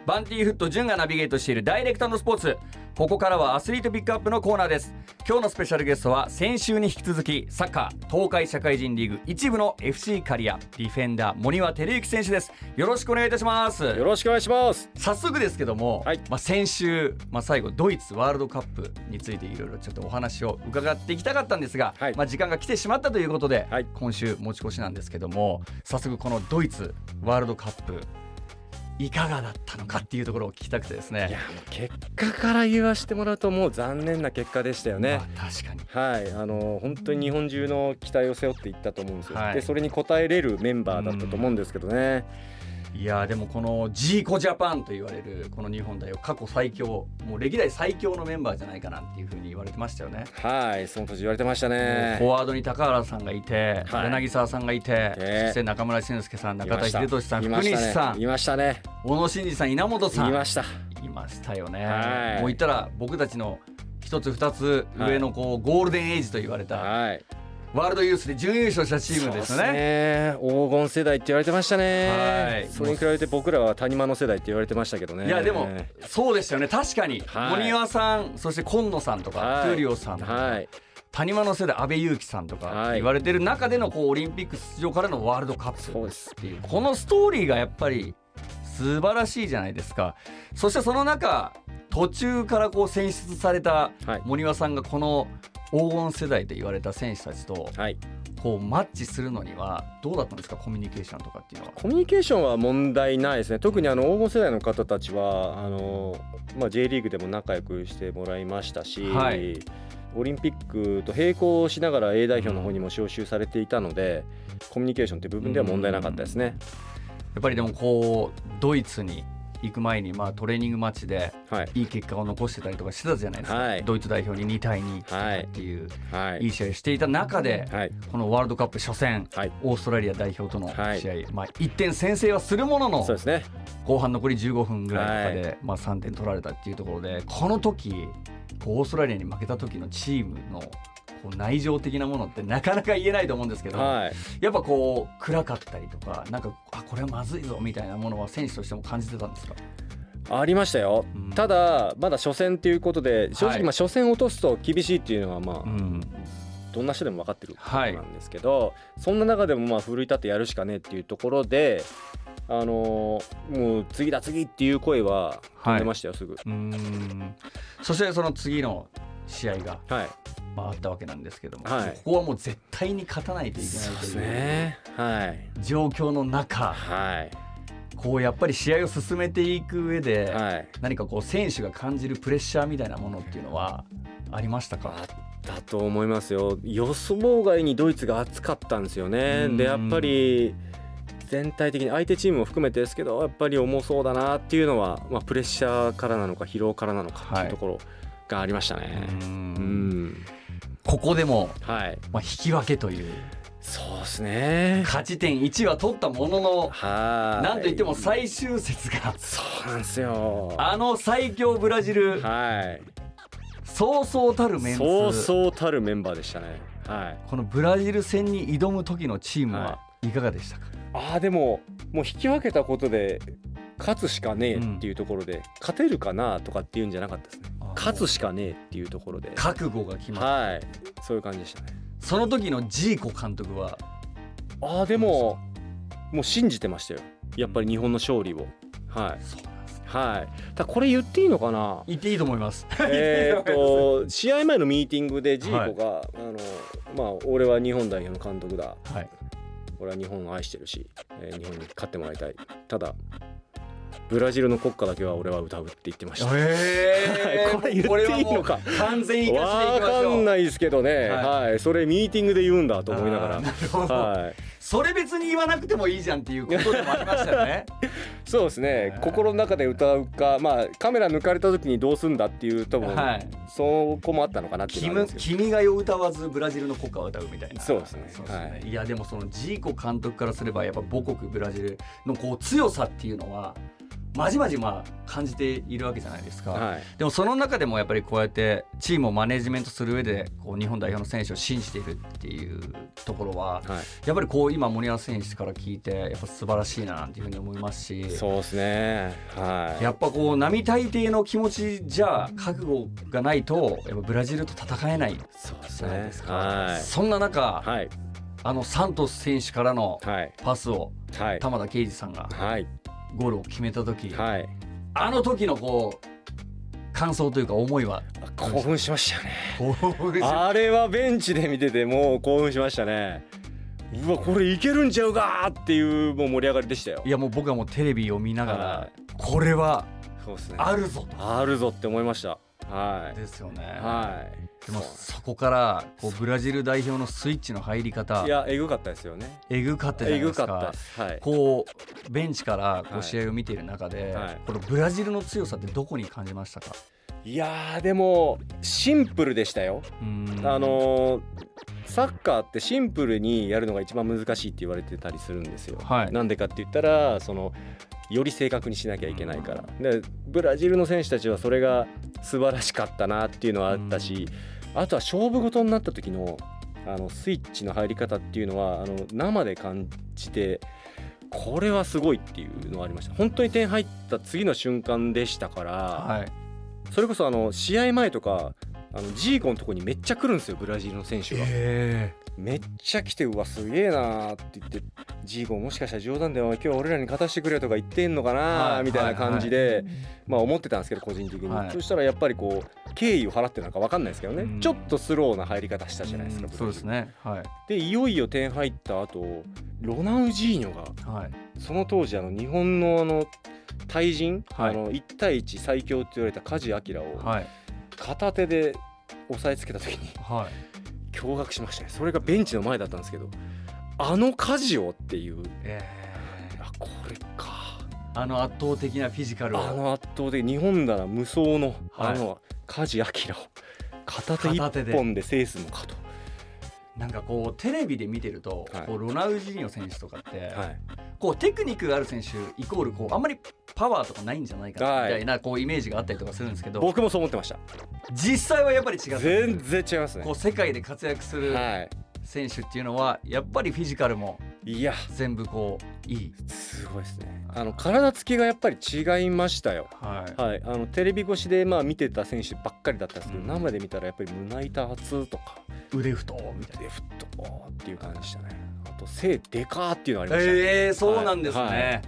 バンティーフット潤がナビゲートしているダイレクト&スポーツ。ここからはアスリートピックアップのコーナーです。今日のスペシャルゲストは先週に引き続きサッカー東海社会人リーグ1部の FC 刈谷ディフェンダー森和照之選手です。よろしくお願いいたします。 よろしくお願いします。 早速ですけども、はい、先週、最後ドイツワールドカップについていろいろちょっとお話を伺っていきたかったんですが、はい、時間が来てしまったということで、はい、今週持ち越しなんですけども、早速このドイツワールドカップいかがだったのかっていうところを聞きたくてですね。 いや、もう結果から言わせてもらうともう残念な結果でしたよね。 確かに、 はい、本当に日本中の期待を背負っていったと思うんですよ、はい、でそれに応えれるメンバーだったと思うんですけどね。 いやでもこのジーコジャパンと言われるこの日本代表、過去最強、もう歴代最強のメンバーじゃないかなっていう風に言われてましたよね。 はい、その当時言われてましたね。 フォワードに高原さんがいて、はい、柳沢さんがいて、そして中村俊輔さん、中田英寿さん、福西さんいましたね。小野伸二さん、稲本さんいましたよね。はい、もう言ったら僕たちの一つ二つ上のゴールデンエイジと言われた、はい、ワールドユースで準優勝したチームですね。 そうですね、黄金世代って言われてましたね。はい、それに比べて僕らは谷間の世代って言われてましたけどね。 いやでもそうでしたよね。確かに、はい、森和さん、そして今野さんとか、はい、闘莉王さんとか、はい、谷間の世代阿部勇樹さんとか言われてる中でのオリンピック出場からのワールドカップっていう、このストーリーがやっぱり素晴らしいじゃないですか。そしてその中途中から選出された森和さんがこの黄金世代と言われた選手たちとマッチするのにはどうだったんですか、コミュニケーションとかっていうのは。 コミュニケーションは問題ないですね。特に黄金世代の方たちはJ リーグでも仲良くしてもらいましたし、はい、オリンピックと並行しながら A 代表の方にも招集されていたので、コミュニケーションという部分では問題なかったですね。 やっぱりでもドイツに行く前にトレーニングマッチでいい結果を残してたりとかしてたじゃないですか、はい、ドイツ代表に2対2っていう、はい、いい試合をしていた中で、はい、このワールドカップ初戦、はい、オーストラリア代表との試合、はい、1点先制はするものの、そうですね、後半残り15分ぐらいとかで、3点取られたっていうところで、この時オーストラリアに負けた時のチームの内情的なものってなかなか言えないと思うんですけど、はい、やっぱ暗かったりとか、これはまずいぞみたいなものは選手としても感じてたんですか？ ありましたよ、ただまだ初戦ということで、正直初戦落とすと厳しいっていうのはどんな人でも分かってることなんですけど、そんな中でも奮い立ってやるしかねえっていうところで、もう次だ次っていう声は飛んでましたよ、すぐ。 そしてその次の試合が、あったわけなんですけども、はい、ここはもう絶対に勝たないといけないという状況の中、やっぱり試合を進めていく上で、何か選手が感じるプレッシャーみたいなものっていうのはありましたか？ あったと思いますよ。予想外にドイツが熱かったんですよね。でやっぱり全体的に相手チームも含めてですけど、やっぱり重そうだなっていうのは、プレッシャーからなのか疲労からなのかっていうところがありましたね。 ここでも、引き分けという、 そうですね、 勝ち点1は取ったものの、なんといっても最終節が、 そうなんですよ、 最強ブラジル、そうそうたるメンバーでしたね。 このブラジル戦に挑む時のチームはいかがでしたか？ でももう引き分けたことで勝つしかねえっていうところで、勝てるかなとかっていうんじゃなかったですね。勝つしかねえっていうところで覚悟が決まった、 そういう感じでしたね。 その時のジーコ監督はでももう信じてましたよ、やっぱり日本の勝利を。そうなんですね。ただこれ言っていいのかな？ 言っていいと思います。 試合前のミーティングでジーコが、俺は日本代表の監督だ、俺は日本を愛してるし、日本に勝ってもらいたい、ただブラジルの国歌だけは俺は歌うって言ってました。これ言っていいのか完全に生かしていきましょう。 分かんないですけどね、それミーティングで言うんだと思いながら、 それ別に言わなくてもいいじゃんっていうことでもありましたよね。 そうですね、心の中で歌うか、カメラ抜かれた時にどうすんだっていう多分、そこもあったのかなっていうのはあるんですけど、 君が代を歌わずブラジルの国歌を歌うみたいな。 そうですね。 いやでもそのジーコ監督からすれば、やっぱ母国ブラジルの強さっていうのはまじまじ感じているわけじゃないですか、でもその中でもやっぱりこうやってチームをマネジメントする上でこう日本代表の選手を信じているっていうところは、やっぱりこう今森保選手から聞いてやっぱ素晴らしいななんていうふうに思いますし、 そうですね、 やっぱこう並大抵の気持ちじゃ覚悟がないとやっぱブラジルと戦えないじゃないですか。そんな中、サントス選手からのパスを玉田圭司さんがゴールを決めた時、あの時のこう感想というか思いは？ 興奮しましたね。あれはベンチで見ててもう興奮しましたね。うわ、これいけるんちゃうかっていうもう盛り上がりでしたよ。 いやもう僕はもうテレビを見ながら、これはあるぞと、 あるぞって思いました。 ですよね。でもそこからこうブラジル代表のスイッチの入り方、 いやえぐかったですよね。 えぐかったじゃないですか。こうベンチからこう試合を見ている中で、このブラジルの強さってどこに感じましたか？ いやでもシンプルでしたよ。サッカーってシンプルにやるのが一番難しいって言われてたりするんですよ。なんでかって言ったらより正確にしなきゃいけないから。でブラジルの選手たちはそれが素晴らしかったなっていうのはあったし、あとは勝負事になった時のスイッチの入り方っていうのは生で感じて、これはすごいっていうのはありました。本当に点入った次の瞬間でしたから、それこそ試合前とかジーコのとこにめっちゃ来るんですよ、ブラジルの選手が。めっちゃ来て、うわすげえなって言って、ジーコもしかしたら冗談で今日俺らに勝たせてくれとか言ってんのかなみたいな感じで思ってたんですけど、個人的に。そしたらやっぱりこう敬意を払ってるのか分かんないですけどね、ちょっとスローな入り方したじゃないですか。 そうですね。 でいよいよ点入った後、ロナウジーニョがその当時日本の対人1対1最強って言われた梶明を片手で押さえつけた時に驚愕しましたね。それがベンチの前だったんですけど、梶をっていう、これか、 圧倒的なフィジカルを、 圧倒的日本なら無双の梶明を片手一本で制すのかと。 なんかこうテレビで見てると、こうロナウジーニョ選手とかって、こうテクニックがある選手イコールこうあんまりパワーとかないんじゃないかみたいなこうイメージがあったりとかするんですけど、 僕もそう思ってました。 実際はやっぱり違う。 全然違いますね。 こう世界で活躍する選手っていうのはやっぱりフィジカルも全部こういい。 すごいですね。体つきがやっぱり違いましたよ。テレビ越しで見てた選手ばっかりだったんですけど、生で見たらやっぱり胸板厚とか腕太みたいな、 腕太っていう感じでしたね。あと背でかーっていうのありました。 そうなんですね。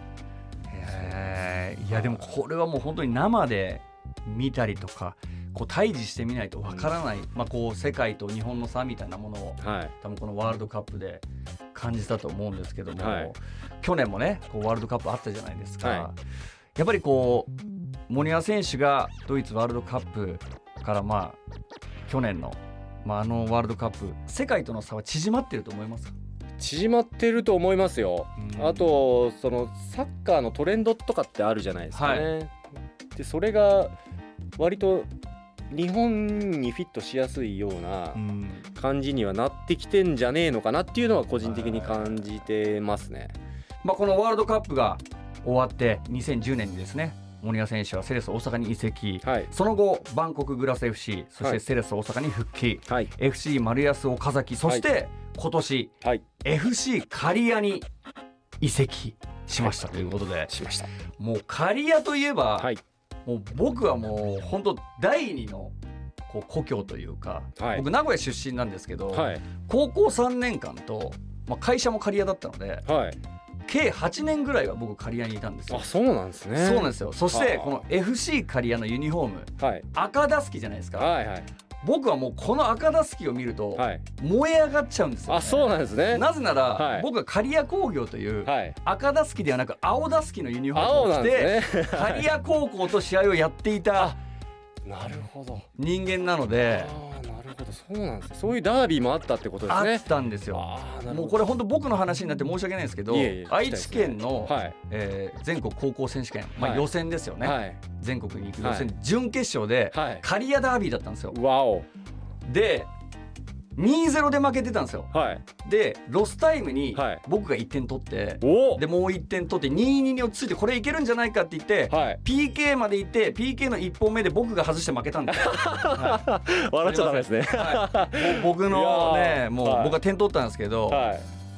いやでもこれはもう本当に生で見たりとかこう対峙してみないとわからない、こう世界と日本の差みたいなものを、多分このワールドカップで感じたと思うんですけども、去年もねこうワールドカップあったじゃないですか。やっぱりこう森保選手がドイツワールドカップから去年の、ワールドカップ、世界との差は縮まってると思いますか？ 縮まってると思いますよ。あとサッカーのトレンドとかってあるじゃないですかね。でそれが割と日本にフィットしやすいような感じにはなってきてんじゃねえのかなっていうのは個人的に感じてますね。 このワールドカップが終わって2010年にですね、森保選手はセレッソ大阪に移籍、その後バンコクグラス FC、 そしてセレッソ大阪に復帰、FC 丸安岡崎、そして今年、FC 刈谷に移籍しましたということで、もう刈谷といえば、もう僕はもう本当第二のこう故郷というか、僕名古屋出身なんですけど、高校3年間と、会社も刈谷だったので、計8年ぐらいは僕刈谷にいたんですよ。 そうなんですね。 そうなんですよ。そしてこの FC 刈谷のユニフォーム、赤だすきじゃないですか。僕はもうこの赤だすきを見ると燃え上がっちゃうんですよ、ね。 そうなんですね。 なぜなら、僕は刈谷工業という赤だすきではなく青だすきのユニフォームを着て刈谷高校と試合をやっていた人間なので。 そうなんですね。そういうダービーもあったってことですね。 あったんですよ。もうこれ本当僕の話になって申し訳ないんですけど、愛知県の、全国高校選手権、予選ですよね、全国に行く予選、準決勝で刈谷ダービーだったんですよ。で 2-0 で負けてたんですよ、 はい、 でロスタイムに僕が1点取って、でもう1点取って 2-2 に落ち着いてこれいけるんじゃないかって言って、はい、PK まで行って PK の1本目で僕が外して負けたんですよ、 はい、笑っちゃダメですね、 はい、もう僕のねもう僕が点取ったんですけど、はい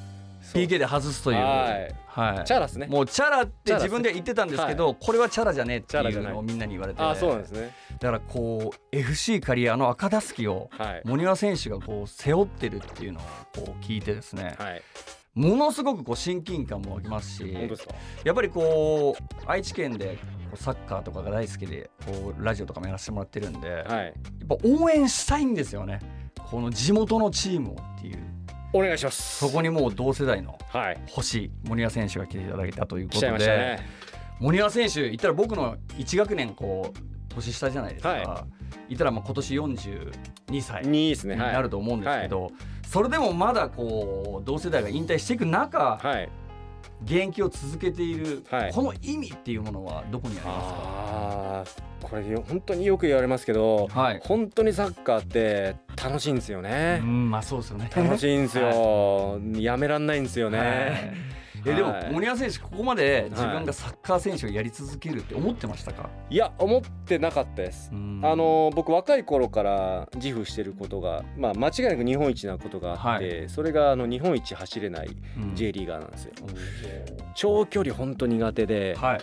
、PK で外すという、はいはい、 チャラですね。 もうチャラって自分で言ってたんですけど、これはチャラじゃねえっていうのをみんなに言われて、 あ、そうなんですね。 だからこう FC 刈谷の赤たすきを森岩選手がこう背負ってるっていうのをこう聞いてですね、はい、ものすごくこう親近感も湧きますし、 本当ですか？ やっぱりこう愛知県でサッカーとかが大好きでこうラジオとかもやらせてもらってるんで、はい、やっぱ応援したいんですよね、この地元のチームをっていう。 お願いします。 そこにもう同世代の星、森岩選手が来ていただいたということで、ね、森岩選手言ったら僕の1学年こう年下じゃないですか、はい、言ったらまあ今年42歳になると思うんですけど、はい、それでもまだこう同世代が引退していく中、はい、現役を続けている、はい、この意味っていうものはどこにありますか？ これ本当によく言われますけど、はい、本当にサッカーって楽しいんですよね。 まあそうですよね。 楽しいんですよ、はい、やめらんないんですよね、 はい、でも森岩選手ここまで自分がサッカー選手をやり続けるって思ってましたか？ いや思ってなかったです。僕若い頃から自負してることが、まあ、間違いなく日本一なことがあって、はい、それが日本一走れない J リーガーなんですよ、長距離本当苦手で、はい、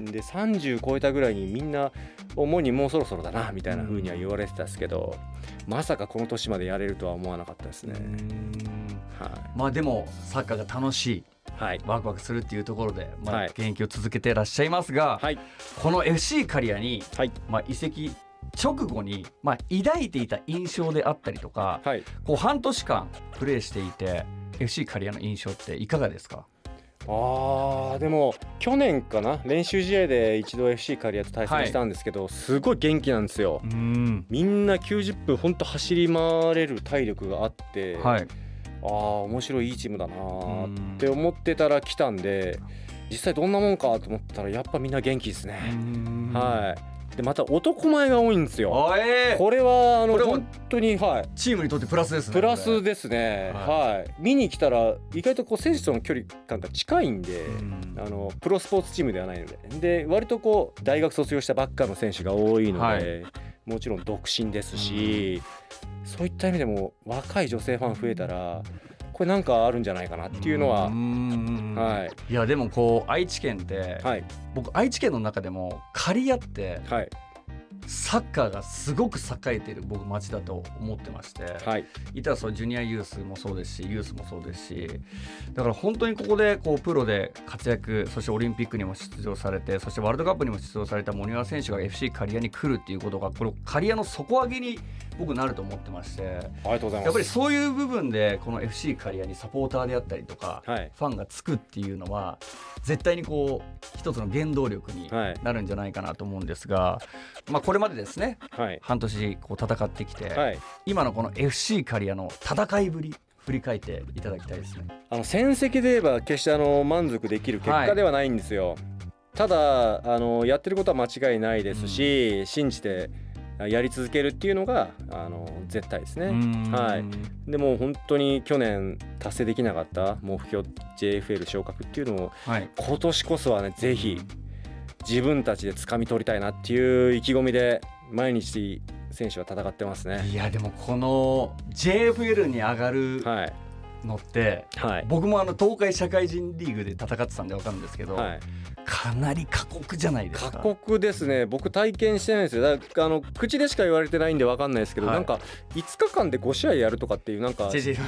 で30超えたぐらいにみんな主にもうそろそろだなみたいな風には言われてたんですけど、まさかこの年までやれるとは思わなかったですね。 はい、まあでもサッカーが楽しい、はい、ワクワクするっていうところで、まあ、現役を続けていらっしゃいますが、はい、この FC 刈谷に、はい、まあ、移籍直後に、まあ、抱いていた印象であったりとか、はい、こう半年間プレーしていて FC 刈谷の印象っていかがですか？ でも去年かな、練習試合で一度 FC 刈谷と対戦したんですけど、はい、すごい元気なんですよ。みんな90分本当走り回れる体力があって、はい、面白いいいチームだなって思ってたら来たんで、実際どんなもんかと思ったらやっぱみんな元気ですね。はい。でまた男前が多いんですよ。これは本当に、はい、 チームにとってプラスですね。 プラスですね。はい、見に来たら意外とこう選手との距離感が近いんで、プロスポーツチームではないので、割とこう大学卒業したばっかの選手が多いので、はい、もちろん独身ですし、そういった意味でも若い女性ファン増えたらこれなんかあるんじゃないかなっていうのは、はい、 いやでもこう愛知県って、はい、僕愛知県の中でも刈谷って、はい、サッカーがすごく栄えてる僕町だと思ってまして、はい、いたらそのジュニアユースもそうですしユースもそうですし、だから本当にここでこうプロで活躍、そしてオリンピックにも出場されて、そしてワールドカップにも出場された森岩選手が FC 刈谷に来るっていうことがこれ刈谷の底上げに僕なると思ってまして、 ありがとうございます。 やっぱりそういう部分でこの FC 刈谷にサポーターであったりとか、はい、ファンがつくっていうのは絶対にこう一つの原動力になるんじゃないかなと思うんですが、まあ、これまでですね、はい、半年こう戦ってきて、はい、今のこの FC 刈谷の戦いぶり振り返っていただきたいですね。 戦績で言えば決して満足できる結果ではないんですよ、はい、ただやってることは間違いないですし、信じてやり続けるっていうのが絶対ですね。はい、でも本当に去年達成できなかった目標 JFL 昇格っていうのを、はい、今年こそはねぜひ自分たちで掴み取りたいなっていう意気込みで毎日選手は戦ってますね。 いやでもこの JFL に上がるのって、はい、僕も東海社会人リーグで戦ってたんで分かるんですけど、はい、かなり過酷じゃないですか。 過酷ですね。僕体験してないんですよ。口でしか言われてないんで分かんないですけど、はい、なんか5日間で5試合やるとかっていうなんか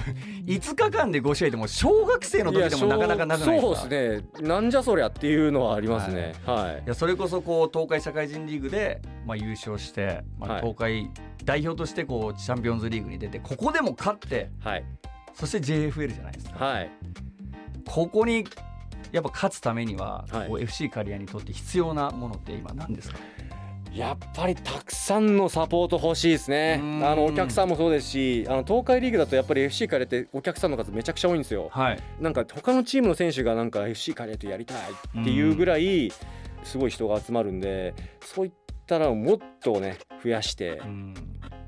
5日間で5試合でも小学生の時でもなかなかなくないですか。 そうですね。なんじゃそりゃっていうのはありますね。はい。 いやそれこそこう東海社会人リーグで、優勝して、東海代表としてこうチャンピオンズリーグに出てここでも勝って、はい、そして JFL じゃないですか。はい。ここにやっぱ勝つためには、はい、FC 刈谷にとって必要なものって今何ですか？ やっぱりたくさんのサポート欲しいですね。お客さんもそうですし、東海リーグだとやっぱり FC 刈谷ってお客さんの数めちゃくちゃ多いんですよ、はい、なんか他のチームの選手がなんか FC 刈谷とやりたいっていうぐらいすごい人が集まるんで、そういったらもっとね増やして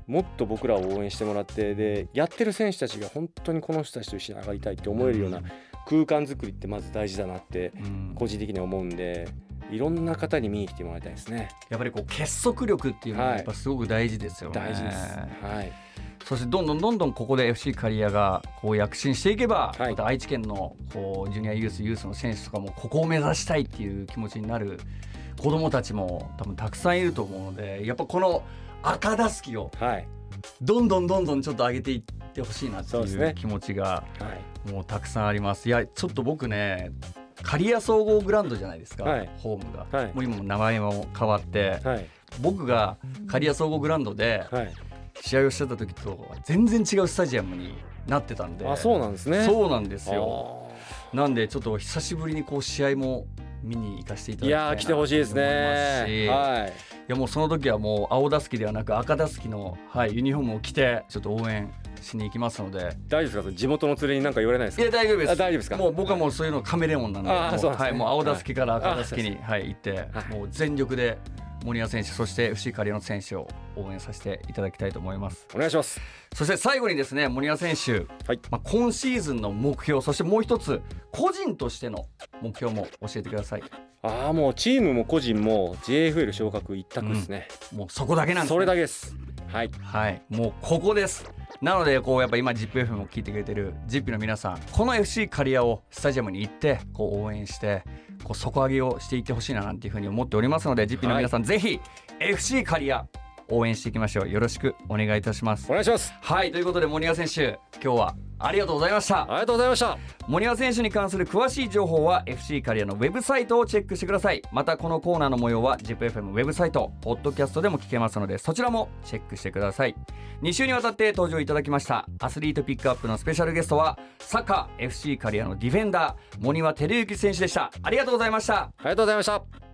もっと僕らを応援してもらって、でやってる選手たちが本当にこの人たちと一緒に上がりたいって思えるような空間作りってまず大事だなって個人的に思うんで、いろんな方に見に来てもらいたいですね。 やっぱりこう結束力っていうのはやっぱすごく大事ですよね。 大事です。はい。 そしてどんどんここで FC 刈谷がこう躍進していけば、また愛知県のこうジュニアユースの選手とかもここを目指したいっていう気持ちになる子どもたちも多分たくさんいると思うので、やっぱこの赤たすきをどんどんちょっと上げていってほしいなっていう気持ちがもうたくさんあります。いやちょっと僕ね、刈谷総合グラウンドじゃないですか、ホームが、もう今も名前も変わって、僕が刈谷総合グラウンドで試合をしてた時とは全然違うスタジアムになってたんで。 そうなんですね。 そうなんですよ。なんでちょっと久しぶりにこう試合も見に行かせていただきたいなと思いますし、 来てほしいですね。 いやもうその時はもう青たすきではなく赤たすきの、ユニフォームを着てちょっと応援しに行きますので。 大丈夫ですか、地元の連れに何か言われないですか。 いや大丈夫です。 大丈夫ですか。 もう僕はもうそういうのカメレオンなんで、もう青たすきから赤たすきに、行って、もう全力で森谷選手、そして FC 刈谷の選手を応援させていただきたいと思います。 お願いします。 そして最後にですね、森谷選手、今シーズンの目標、そしてもう一つ個人としての目標も教えてください。 もうチームも個人も JFL 昇格一択ですね。 もうそこだけなんですね。 それだけです。 もうここです。なのでこうやっぱ今 ZIPFM を聞いてくれてる ZIP の皆さん、この FC 刈谷をスタジアムに行ってこう応援してこう底上げをしていってほしいななんていうふうに思っておりますので、 ZIP の皆さん、ぜひ FC 刈谷応援していきましょう。よろしくお願いいたします。 お願いします。 ということで森谷選手、今日はありがとうございました。 ありがとうございました。 森谷選手に関する詳しい情報は FC 刈谷のウェブサイトをチェックしてください。またこのコーナーの模様は ZIPFM ウェブサイトポッドキャストでも聞けますので、そちらもチェックしてください。2週にわたって登場いただきましたアスリートピックアップのスペシャルゲストはサッカー FC 刈谷のディフェンダー森和輝之選手でした。ありがとうございました。 ありがとうございました。